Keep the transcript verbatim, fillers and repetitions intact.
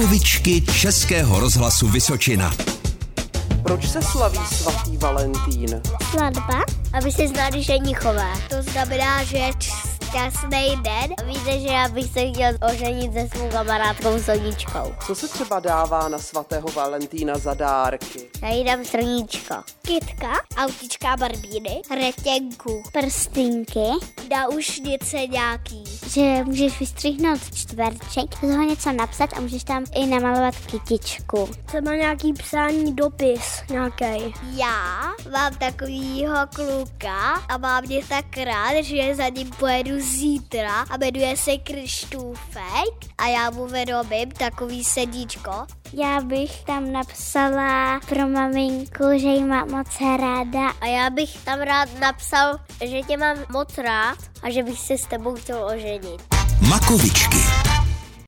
Makovičky Českého rozhlasu Vysočina. Proč se slaví svatý Valentín? Svatba, aby se znali ženichové. To znamená, že je šťastný den. Víte, že já bych se chtěl oženit se svou kamarádkou Soničkou. Co se třeba dává na svatého Valentína za dárky? Já jí dám srníčko. Kytka, autička Barbíny, retěnku, prstínky, náušnice nějaký. Že můžeš vystřihnout čtverček, z toho něco napsat a můžeš tam i namalovat kytičku. Třeba nějaký psání dopis nějaký. Já mám takovýho kluka a mám mě tak rád, že za ním pojedu zítra a jmenuje se Krištůfek a já mu vyrobím takový sedíčko. Já bych tam napsala pro maminku, že jí mám moc ráda. A já bych tam rád napsal, že tě mám moc rád a že bych se s tebou chtěl oženit. Makovičky.